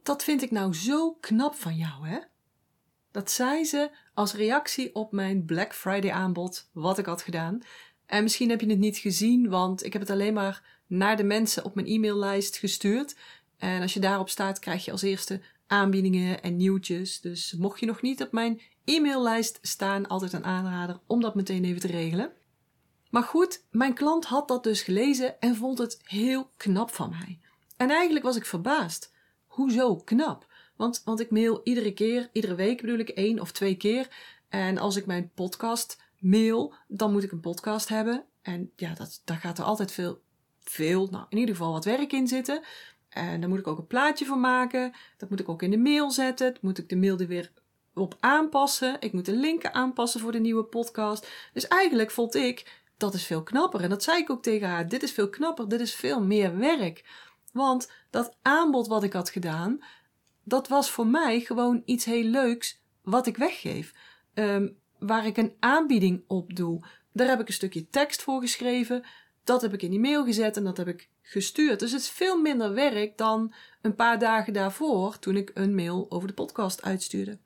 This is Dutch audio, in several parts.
dat vind ik nou zo knap van jou, hè? Dat zei ze als reactie op mijn Black Friday aanbod, wat ik had gedaan. En misschien heb je het niet gezien, want ik heb het alleen maar naar de mensen op mijn e-maillijst gestuurd. En als je daarop staat, krijg je als eerste aanbiedingen en nieuwtjes. Dus mocht je nog niet op mijn e-maillijst staan, altijd een aanrader om dat meteen even te regelen. Maar goed, mijn klant had dat dus gelezen en vond het heel knap van mij. En eigenlijk was ik verbaasd. Hoezo knap? Want ik mail iedere week bedoel ik 1 of 2 keer. En als ik mijn podcast mail, dan moet ik een podcast hebben. En ja, daar gaat er altijd veel, nou in ieder geval wat werk in zitten. En daar moet ik ook een plaatje voor maken. Dat moet ik ook in de mail zetten. Dan moet ik de mail er weer op aanpassen. Ik moet de linken aanpassen voor de nieuwe podcast. Dus eigenlijk vond ik, dat is veel knapper. En dat zei ik ook tegen haar. Dit is veel knapper, dit is veel meer werk. Want dat aanbod wat ik had gedaan, dat was voor mij gewoon iets heel leuks wat ik weggeef. Waar ik een aanbieding op doe. Daar heb ik een stukje tekst voor geschreven. Dat heb ik in die mail gezet en dat heb ik gestuurd. Dus het is veel minder werk dan een paar dagen daarvoor toen ik een mail over de podcast uitstuurde.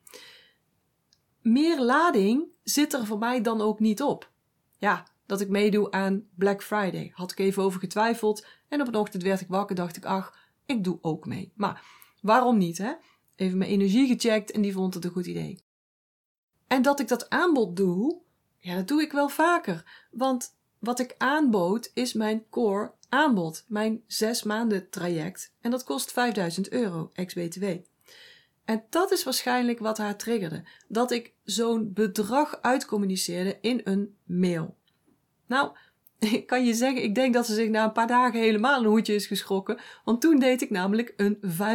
Meer lading zit er voor mij dan ook niet op. Ja, dat ik meedoe aan Black Friday. Had ik even over getwijfeld en op een ochtend werd ik wakker, dacht ik, ach, ik doe ook mee. Maar waarom niet, hè? Even mijn energie gecheckt en die vond het een goed idee. En dat ik dat aanbod doe, ja, dat doe ik wel vaker. Want wat ik aanbood is mijn core aanbod. Mijn 6 maanden traject. En dat kost €5.000 ex-BTW. En dat is waarschijnlijk wat haar triggerde. Dat ik zo'n bedrag uitcommuniceerde in een mail. Nou, ik kan je zeggen, ik denk dat ze zich na een paar dagen helemaal een hoedje is geschrokken. Want toen deed ik namelijk een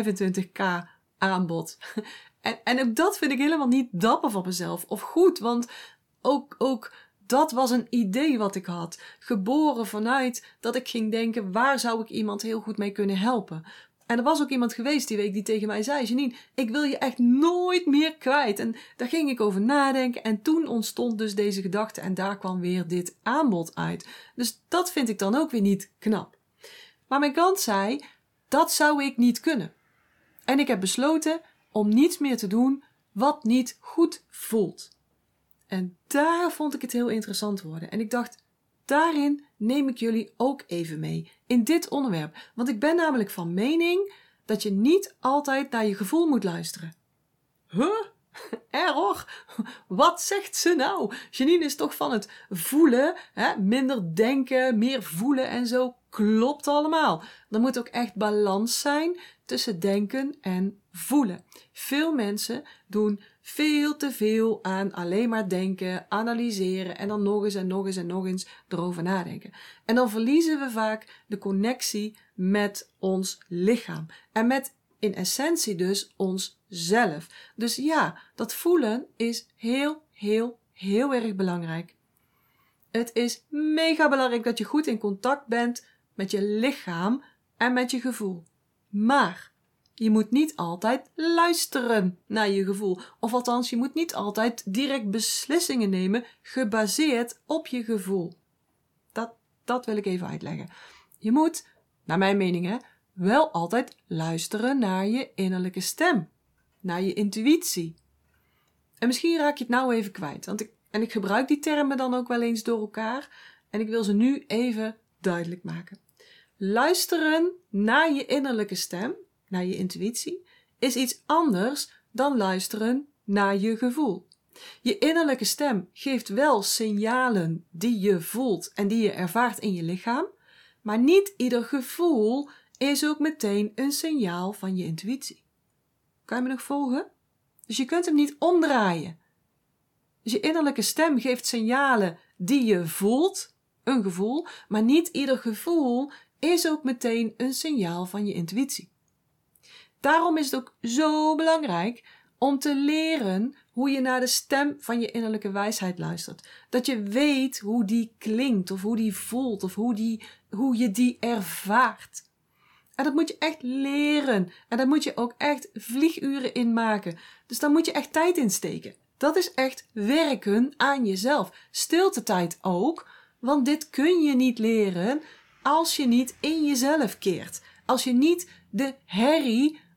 25k aanbod. En ook dat vind ik helemaal niet dapper van mezelf. Of goed, want ook dat was een idee wat ik had. Geboren vanuit dat ik ging denken, waar zou ik iemand heel goed mee kunnen helpen? En er was ook iemand geweest die week die tegen mij zei, Janine, ik wil je echt nooit meer kwijt. En daar ging ik over nadenken en toen ontstond dus deze gedachte en daar kwam weer dit aanbod uit. Dus dat vind ik dan ook weer niet knap. Maar mijn klant zei, dat zou ik niet kunnen. En ik heb besloten om niets meer te doen wat niet goed voelt. En daar vond ik het heel interessant worden. En ik dacht, daarin neem ik jullie ook even mee. In dit onderwerp. Want ik ben namelijk van mening dat je niet altijd naar je gevoel moet luisteren. Huh? Error? Wat zegt ze nou? Janine is toch van het voelen, hè? Minder denken, meer voelen en zo. Klopt allemaal. Er moet ook echt balans zijn tussen denken en voelen. Veel mensen doen veel te veel aan alleen maar denken, analyseren en dan nog eens en nog eens en nog eens erover nadenken. En dan verliezen we vaak de connectie met ons lichaam. En met in essentie dus onszelf. Dus ja, dat voelen is heel erg belangrijk. Het is mega belangrijk dat je goed in contact bent met je lichaam en met je gevoel. Maar je moet niet altijd luisteren naar je gevoel. Of althans, je moet niet altijd direct beslissingen nemen gebaseerd op je gevoel. Dat wil ik even uitleggen. Je moet, naar mijn mening, wel altijd luisteren naar je innerlijke stem. Naar je intuïtie. En misschien raak je het nou even kwijt. En ik gebruik die termen dan ook wel eens door elkaar. En ik wil ze nu even duidelijk maken. Luisteren naar je innerlijke stem, naar je intuïtie, is iets anders dan luisteren naar je gevoel. Je innerlijke stem geeft wel signalen die je voelt en die je ervaart in je lichaam, maar niet ieder gevoel is ook meteen een signaal van je intuïtie. Kan je me nog volgen? Dus je kunt hem niet omdraaien. Dus je innerlijke stem geeft signalen die je voelt, een gevoel, maar niet ieder gevoel is ook meteen een signaal van je intuïtie. Daarom is het ook zo belangrijk om te leren hoe je naar de stem van je innerlijke wijsheid luistert. Dat je weet hoe die klinkt of hoe die voelt of hoe je die ervaart. En dat moet je echt leren. En daar moet je ook echt vlieguren in maken. Dus daar moet je echt tijd in steken. Dat is echt werken aan jezelf. Stiltetijd ook, want dit kun je niet leren als je niet in jezelf keert. Als je niet de herrie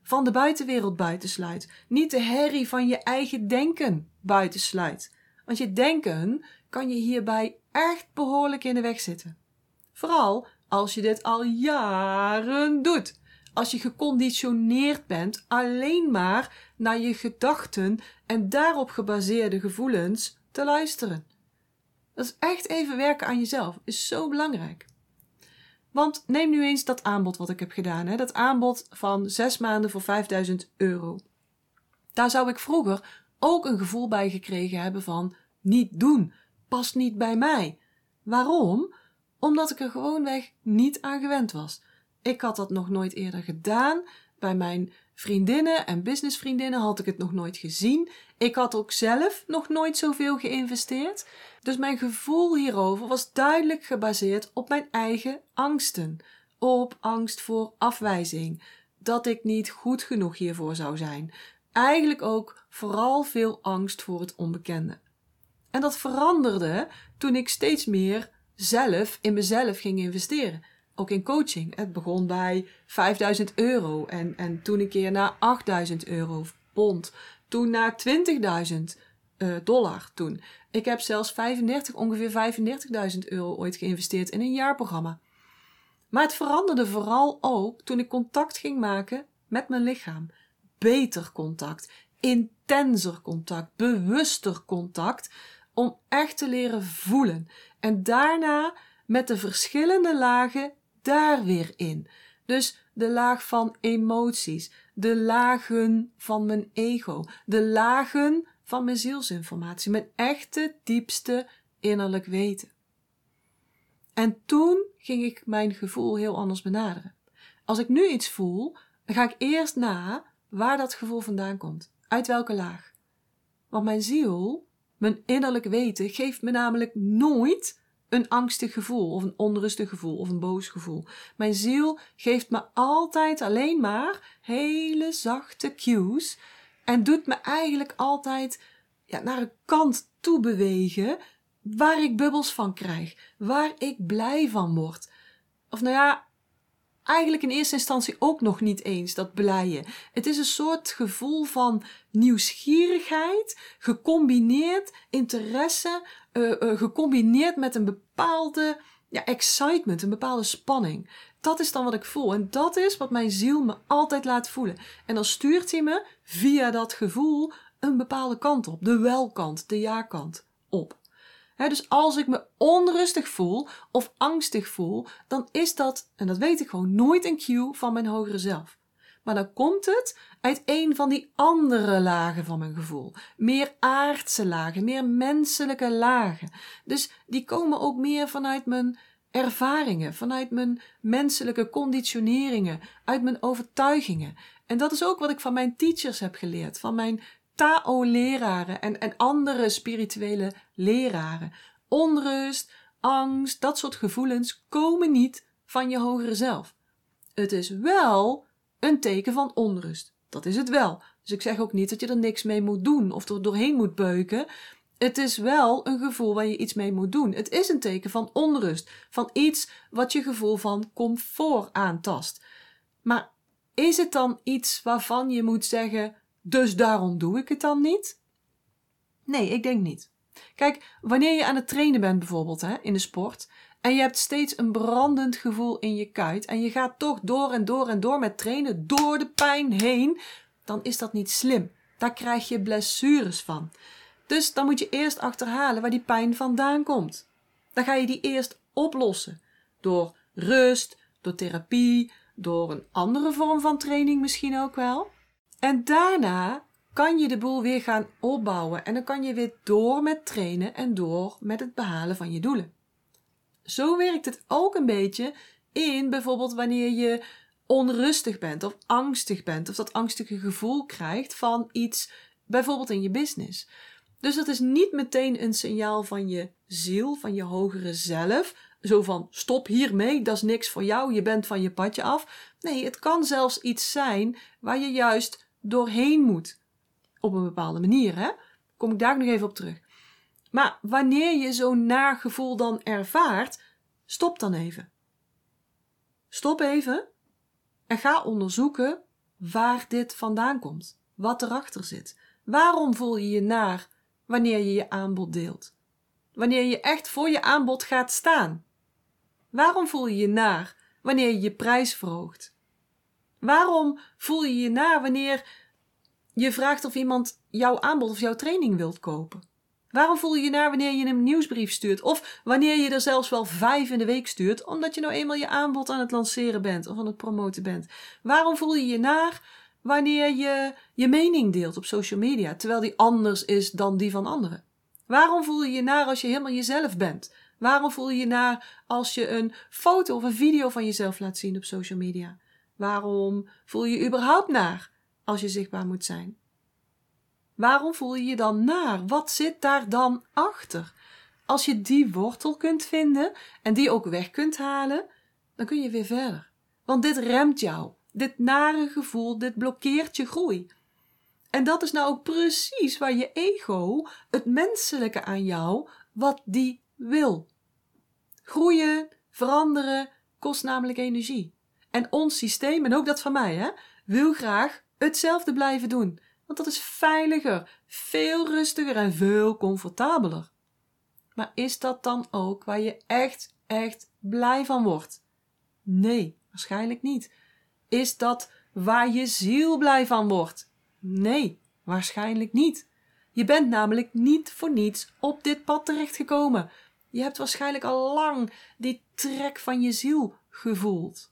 van de buitenwereld buitensluit. Niet de herrie van je eigen denken buitensluit. Want je denken kan je hierbij echt behoorlijk in de weg zitten. Vooral als je dit al jaren doet. Als je geconditioneerd bent alleen maar naar je gedachten en daarop gebaseerde gevoelens te luisteren. Dat is echt even werken aan jezelf. Is zo belangrijk. Want neem nu eens dat aanbod wat ik heb gedaan. Hè? Dat aanbod van 6 maanden voor €5.000. Daar zou ik vroeger ook een gevoel bij gekregen hebben van niet doen. Past niet bij mij. Waarom? Omdat ik er gewoonweg niet aan gewend was. Ik had dat nog nooit eerder gedaan. Bij mijn vriendinnen en businessvriendinnen had ik het nog nooit gezien. Ik had ook zelf nog nooit zoveel geïnvesteerd. Dus mijn gevoel hierover was duidelijk gebaseerd op mijn eigen angsten. Op angst voor afwijzing. Dat ik niet goed genoeg hiervoor zou zijn. Eigenlijk ook vooral veel angst voor het onbekende. En dat veranderde toen ik steeds meer zelf in mezelf ging investeren. Ook in coaching. Het begon bij €5.000 en toen een keer naar €8.000 pond. Toen naar $20.000 toen. Ik heb zelfs ongeveer €35.000 ooit geïnvesteerd in een jaarprogramma. Maar het veranderde vooral ook toen ik contact ging maken met mijn lichaam. Beter contact, intenser contact, bewuster contact, om echt te leren voelen. En daarna met de verschillende lagen daar weer in. Dus de laag van emoties, de lagen van mijn ego, de lagen van mijn zielsinformatie, mijn echte diepste innerlijk weten. En toen ging ik mijn gevoel heel anders benaderen. Als ik nu iets voel, dan ga ik eerst na waar dat gevoel vandaan komt. Uit welke laag. Want mijn ziel, mijn innerlijk weten, geeft me namelijk nooit een angstig gevoel of een onrustig gevoel of een boos gevoel. Mijn ziel geeft me altijd alleen maar hele zachte cues en doet me eigenlijk altijd naar een kant toe bewegen waar ik bubbels van krijg, waar ik blij van word. Of eigenlijk in eerste instantie ook nog niet eens dat blije. Het is een soort gevoel van nieuwsgierigheid, gecombineerd interesse, gecombineerd met een bepaalde excitement, een bepaalde spanning. Dat is dan wat ik voel en dat is wat mijn ziel me altijd laat voelen. En dan stuurt hij me via dat gevoel een bepaalde kant op, de welkant, de ja-kant op. Dus als ik me onrustig voel of angstig voel, dan is dat, en dat weet ik gewoon, nooit een cue van mijn hogere zelf. Maar dan komt het uit een van die andere lagen van mijn gevoel. Meer aardse lagen, meer menselijke lagen. Dus die komen ook meer vanuit mijn ervaringen, vanuit mijn menselijke conditioneringen, uit mijn overtuigingen. En dat is ook wat ik van mijn teachers heb geleerd, van mijn Tao-leraren en andere spirituele leraren. Onrust, angst, dat soort gevoelens komen niet van je hogere zelf. Het is wel een teken van onrust. Dat is het wel. Dus ik zeg ook niet dat je er niks mee moet doen of er doorheen moet beuken. Het is wel een gevoel waar je iets mee moet doen. Het is een teken van onrust, van iets wat je gevoel van comfort aantast. Maar is het dan iets waarvan je moet zeggen, dus daarom doe ik het dan niet? Nee, ik denk niet. Kijk, wanneer je aan het trainen bent bijvoorbeeld in de sport en je hebt steeds een brandend gevoel in je kuit en je gaat toch door en door en door met trainen, door de pijn heen, dan is dat niet slim. Daar krijg je blessures van. Dus dan moet je eerst achterhalen waar die pijn vandaan komt. Dan ga je die eerst oplossen. Door rust, door therapie, door een andere vorm van training misschien ook wel. En daarna kan je de boel weer gaan opbouwen en dan kan je weer door met trainen en door met het behalen van je doelen. Zo werkt het ook een beetje in bijvoorbeeld wanneer je onrustig bent of angstig bent of dat angstige gevoel krijgt van iets bijvoorbeeld in je business. Dus dat is niet meteen een signaal van je ziel, van je hogere zelf. Zo van, stop hiermee, dat is niks voor jou, je bent van je padje af. Nee, het kan zelfs iets zijn waar je juist doorheen moet. Op een bepaalde manier, hè? Kom ik daar nog even op terug. Maar wanneer je zo'n naar gevoel dan ervaart, stop dan even. Stop even en ga onderzoeken waar dit vandaan komt, wat erachter zit. Waarom voel je je naar wanneer je je aanbod deelt? Wanneer je echt voor je aanbod gaat staan? Waarom voel je je naar wanneer je je prijs verhoogt? Waarom voel je je naar wanneer je vraagt of iemand jouw aanbod of jouw training wilt kopen? Waarom voel je je naar wanneer je een nieuwsbrief stuurt? Of wanneer je er zelfs wel 5 in de week stuurt, omdat je nou eenmaal je aanbod aan het lanceren bent of aan het promoten bent? Waarom voel je je naar wanneer je je mening deelt op social media, terwijl die anders is dan die van anderen? Waarom voel je je naar als je helemaal jezelf bent? Waarom voel je je naar als je een foto of een video van jezelf laat zien op social media? Waarom voel je je überhaupt naar als je zichtbaar moet zijn? Waarom voel je je dan naar? Wat zit daar dan achter? Als je die wortel kunt vinden en die ook weg kunt halen, dan kun je weer verder. Want dit remt jou. Dit nare gevoel, dit blokkeert je groei. En dat is nou ook precies waar je ego, het menselijke aan jou, wat die wil. Groeien, veranderen, kost namelijk energie. En ons systeem, en ook dat van mij, wil graag hetzelfde blijven doen. Want dat is veiliger, veel rustiger en veel comfortabeler. Maar is dat dan ook waar je echt blij van wordt? Nee, waarschijnlijk niet. Is dat waar je ziel blij van wordt? Nee, waarschijnlijk niet. Je bent namelijk niet voor niets op dit pad terechtgekomen. Je hebt waarschijnlijk al lang die trek van je ziel gevoeld.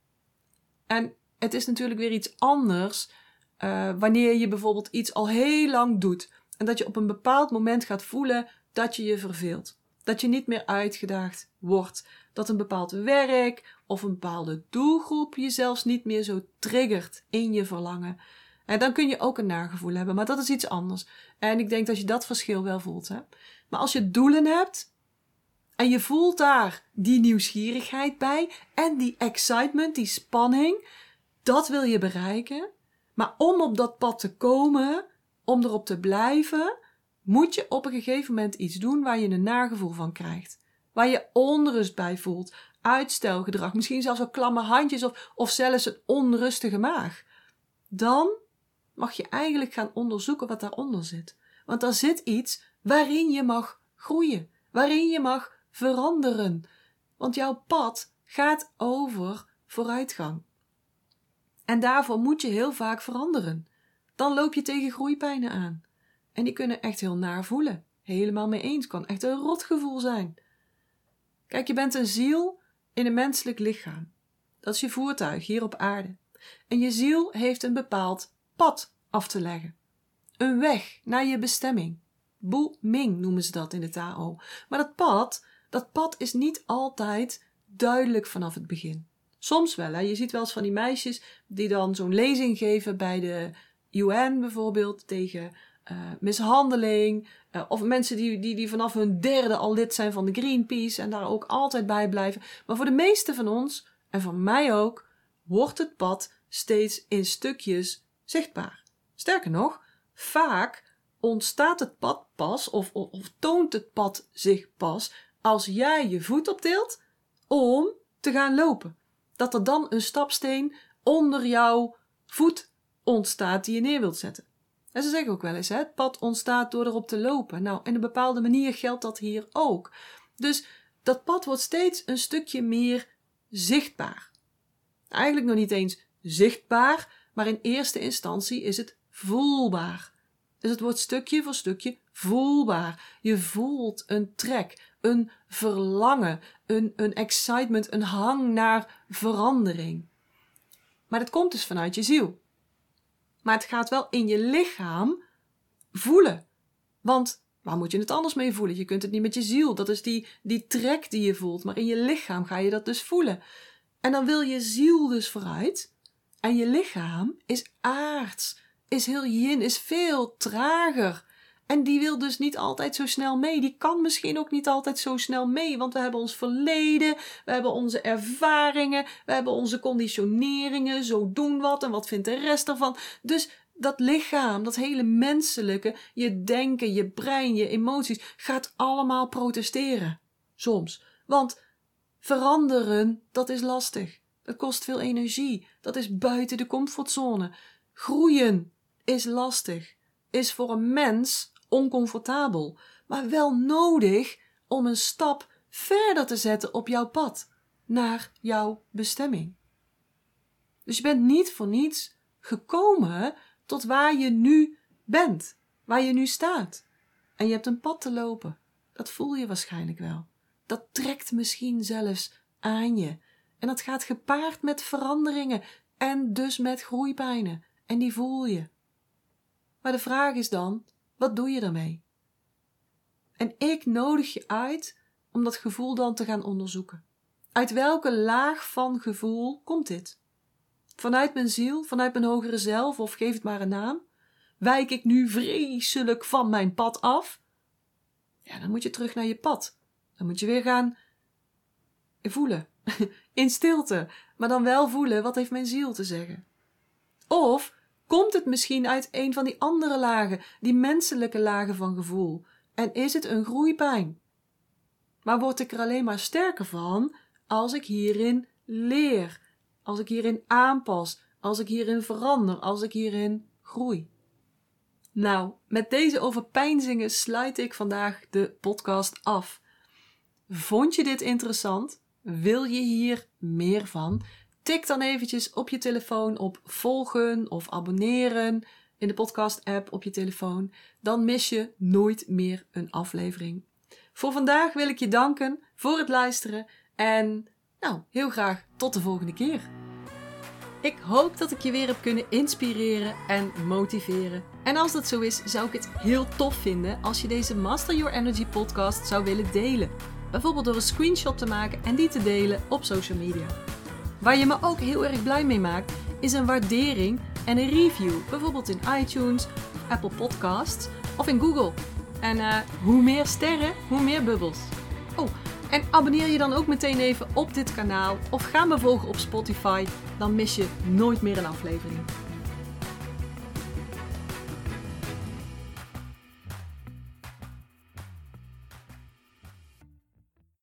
En het is natuurlijk weer iets anders wanneer je bijvoorbeeld iets al heel lang doet en dat je op een bepaald moment gaat voelen dat je je verveelt. Dat je niet meer uitgedaagd wordt. Dat een bepaald werk of een bepaalde doelgroep je zelfs niet meer zo triggert in je verlangen. En dan kun je ook een nagevoel hebben, maar dat is iets anders. En ik denk dat je dat verschil wel voelt. Maar als je doelen hebt en je voelt daar die nieuwsgierigheid bij en die excitement, die spanning, dat wil je bereiken. Maar om op dat pad te komen, om erop te blijven, moet je op een gegeven moment iets doen waar je een nagevoel van krijgt. Waar je onrust bij voelt, uitstelgedrag, misschien zelfs ook klamme handjes of zelfs een onrustige maag. Dan mag je eigenlijk gaan onderzoeken wat daaronder zit. Want daar zit iets waarin je mag groeien, waarin je mag veranderen. Want jouw pad gaat over vooruitgang. En daarvoor moet je heel vaak veranderen. Dan loop je tegen groeipijnen aan. En die kunnen echt heel naar voelen. Helemaal mee eens. Kan echt een rotgevoel zijn. Kijk, je bent een ziel in een menselijk lichaam. Dat is je voertuig hier op aarde. En je ziel heeft een bepaald pad af te leggen. Een weg naar je bestemming. Bu Ming noemen ze dat in de Tao. Maar dat pad is niet altijd duidelijk vanaf het begin. Soms wel, hè. Je ziet wel eens van die meisjes die dan zo'n lezing geven bij de UN bijvoorbeeld tegen mishandeling. Of mensen die vanaf hun 3e al lid zijn van de Greenpeace en daar ook altijd bij blijven. Maar voor de meeste van ons, en van mij ook, wordt het pad steeds in stukjes zichtbaar. Sterker nog, vaak ontstaat het pad pas of toont het pad zich pas als jij je voet optilt om te gaan lopen. Dat er dan een stapsteen onder jouw voet ontstaat die je neer wilt zetten. En ze zeggen ook wel eens, het pad ontstaat door erop te lopen. Nou, in een bepaalde manier geldt dat hier ook. Dus dat pad wordt steeds een stukje meer zichtbaar. Eigenlijk nog niet eens zichtbaar, maar in eerste instantie is het voelbaar. Dus het wordt stukje voor stukje voelbaar. Je voelt een trek, een verlangen, een excitement, een hang naar verandering. Maar dat komt dus vanuit je ziel. Maar het gaat wel in je lichaam voelen. Want waar moet je het anders mee voelen? Je kunt het niet met je ziel. Dat is die trek die je voelt. Maar in je lichaam ga je dat dus voelen. En dan wil je ziel dus vooruit. En je lichaam is aards. Is heel yin, is veel trager. En die wil dus niet altijd zo snel mee. Die kan misschien ook niet altijd zo snel mee. Want we hebben ons verleden, we hebben onze ervaringen, we hebben onze conditioneringen. Zo doen wat en wat vindt de rest ervan. Dus dat lichaam, dat hele menselijke, je denken, je brein, je emoties, gaat allemaal protesteren. Soms. Want veranderen, dat is lastig. Het kost veel energie. Dat is buiten de comfortzone. Groeien is lastig. Is voor een mens oncomfortabel. Maar wel nodig om een stap verder te zetten op jouw pad. Naar jouw bestemming. Dus je bent niet voor niets gekomen tot waar je nu bent. Waar je nu staat. En je hebt een pad te lopen. Dat voel je waarschijnlijk wel. Dat trekt misschien zelfs aan je. En dat gaat gepaard met veranderingen en dus met groeipijnen. En die voel je. Maar de vraag is dan, wat doe je daarmee? En ik nodig je uit om dat gevoel dan te gaan onderzoeken. Uit welke laag van gevoel komt dit? Vanuit mijn ziel, vanuit mijn hogere zelf, of geef het maar een naam? Wijk ik nu vreselijk van mijn pad af? Ja, dan moet je terug naar je pad. Dan moet je weer gaan voelen. In stilte. Maar dan wel voelen, wat heeft mijn ziel te zeggen? Of komt het misschien uit een van die andere lagen, die menselijke lagen van gevoel? En is het een groeipijn? Maar word ik er alleen maar sterker van als ik hierin leer, als ik hierin aanpas, als ik hierin verander, als ik hierin groei? Nou, met deze overpeinzingen sluit ik vandaag de podcast af. Vond je dit interessant? Wil je hier meer van? Tik dan eventjes op je telefoon op volgen of abonneren in de podcast-app op je telefoon. Dan mis je nooit meer een aflevering. Voor vandaag wil ik je danken voor het luisteren en heel graag tot de volgende keer. Ik hoop dat ik je weer heb kunnen inspireren en motiveren. En als dat zo is, zou ik het heel tof vinden als je deze Master Your Energy podcast zou willen delen. Bijvoorbeeld door een screenshot te maken en die te delen op social media. Waar je me ook heel erg blij mee maakt, is een waardering en een review. Bijvoorbeeld in iTunes, of Apple Podcasts of in Google. En hoe meer sterren, hoe meer bubbels. Oh, en abonneer je dan ook meteen even op dit kanaal of ga me volgen op Spotify. Dan mis je nooit meer een aflevering.